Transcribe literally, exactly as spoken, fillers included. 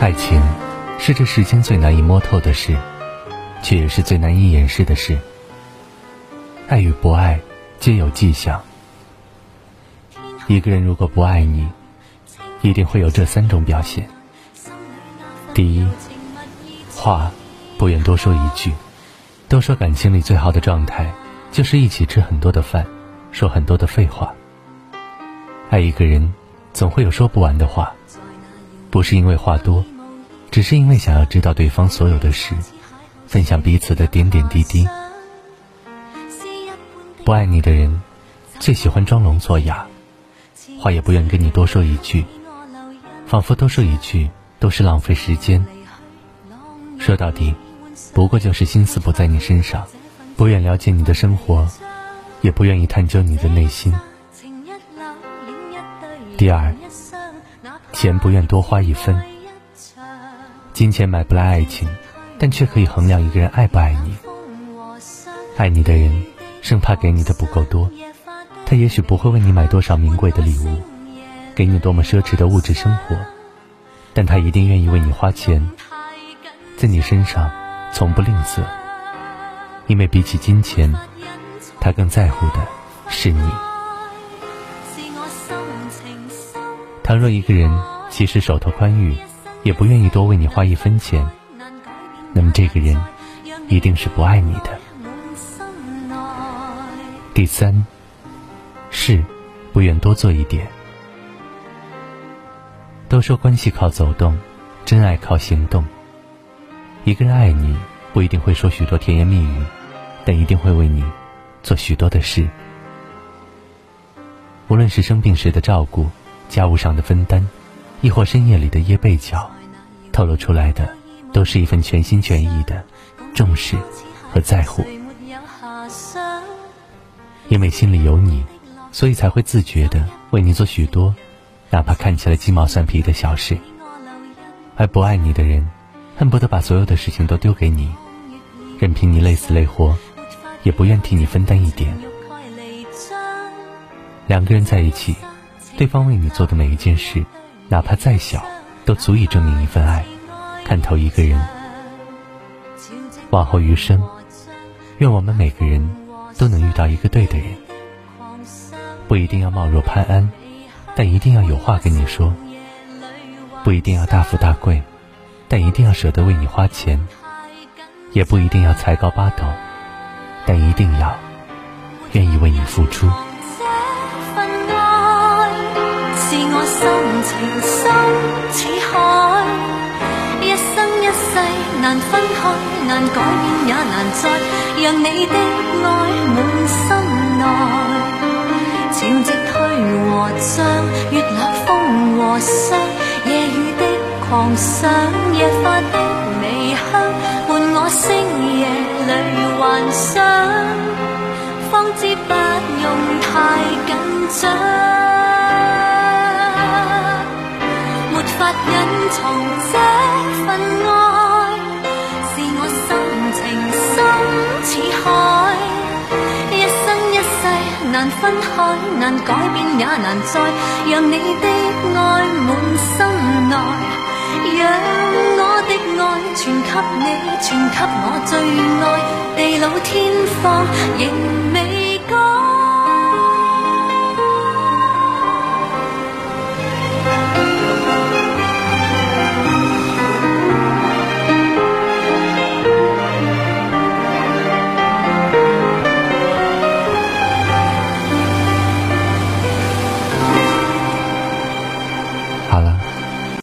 爱情是这世间最难以摸透的事，却也是最难以掩饰的事。爱与不爱皆有迹象。一个人如果不爱你，一定会有这三种表现。第一，话不愿多说一句。都说感情里最好的状态就是一起吃很多的饭，说很多的废话。爱一个人总会有说不完的话，不是因为话多，只是因为想要知道对方所有的事，分享彼此的点点滴滴。不爱你的人最喜欢装聋作哑，话也不愿跟你多说一句，仿佛多说一句都是浪费时间。说到底不过就是心思不在你身上，不愿了解你的生活，也不愿意探究你的内心。第二，钱不愿多花一分。金钱买不来爱情，但却可以衡量一个人爱不爱你。爱你的人生怕给你的不够多，他也许不会为你买多少名贵的礼物，给你多么奢侈的物质生活，但他一定愿意为你花钱，在你身上从不吝啬，因为比起金钱，他更在乎的是你。倘若一个人即使手头宽裕，也不愿意多为你花一分钱，那么这个人一定是不爱你的。第三，事不愿多做一点。都说关系靠走动，真爱靠行动。一个人爱你，不一定会说许多甜言蜜语，但一定会为你做许多的事。无论是生病时的照顾，家务上的分担，亦或深夜里的掖被角，透露出来的都是一份全心全意的重视和在乎。因为心里有你，所以才会自觉地为你做许多哪怕看起来鸡毛蒜皮的小事。而不爱你的人恨不得把所有的事情都丢给你，任凭你累死累活，也不愿替你分担一点。两个人在一起，对方为你做的每一件事，哪怕再小，都足以证明一份爱，看透一个人。往后余生，愿我们每个人都能遇到一个对的人，不一定要貌若潘安，但一定要有话跟你说；不一定要大富大贵，但一定要舍得为你花钱；也不一定要才高八斗，但一定要愿意为你付出。是我心情深似海，一生一世難分開，難改變也難再讓你的愛滿心內。潮汐退和漲，月落風和霜，夜雨的狂想，夜花的微香，伴我星夜裏幻想，方知不用太緊張。沒法隱藏這份愛，是我心情深似海，一生一世難分開，難改變也難再讓你的愛滿心內，讓我的愛傳給你，傳給我最愛，地老天荒仍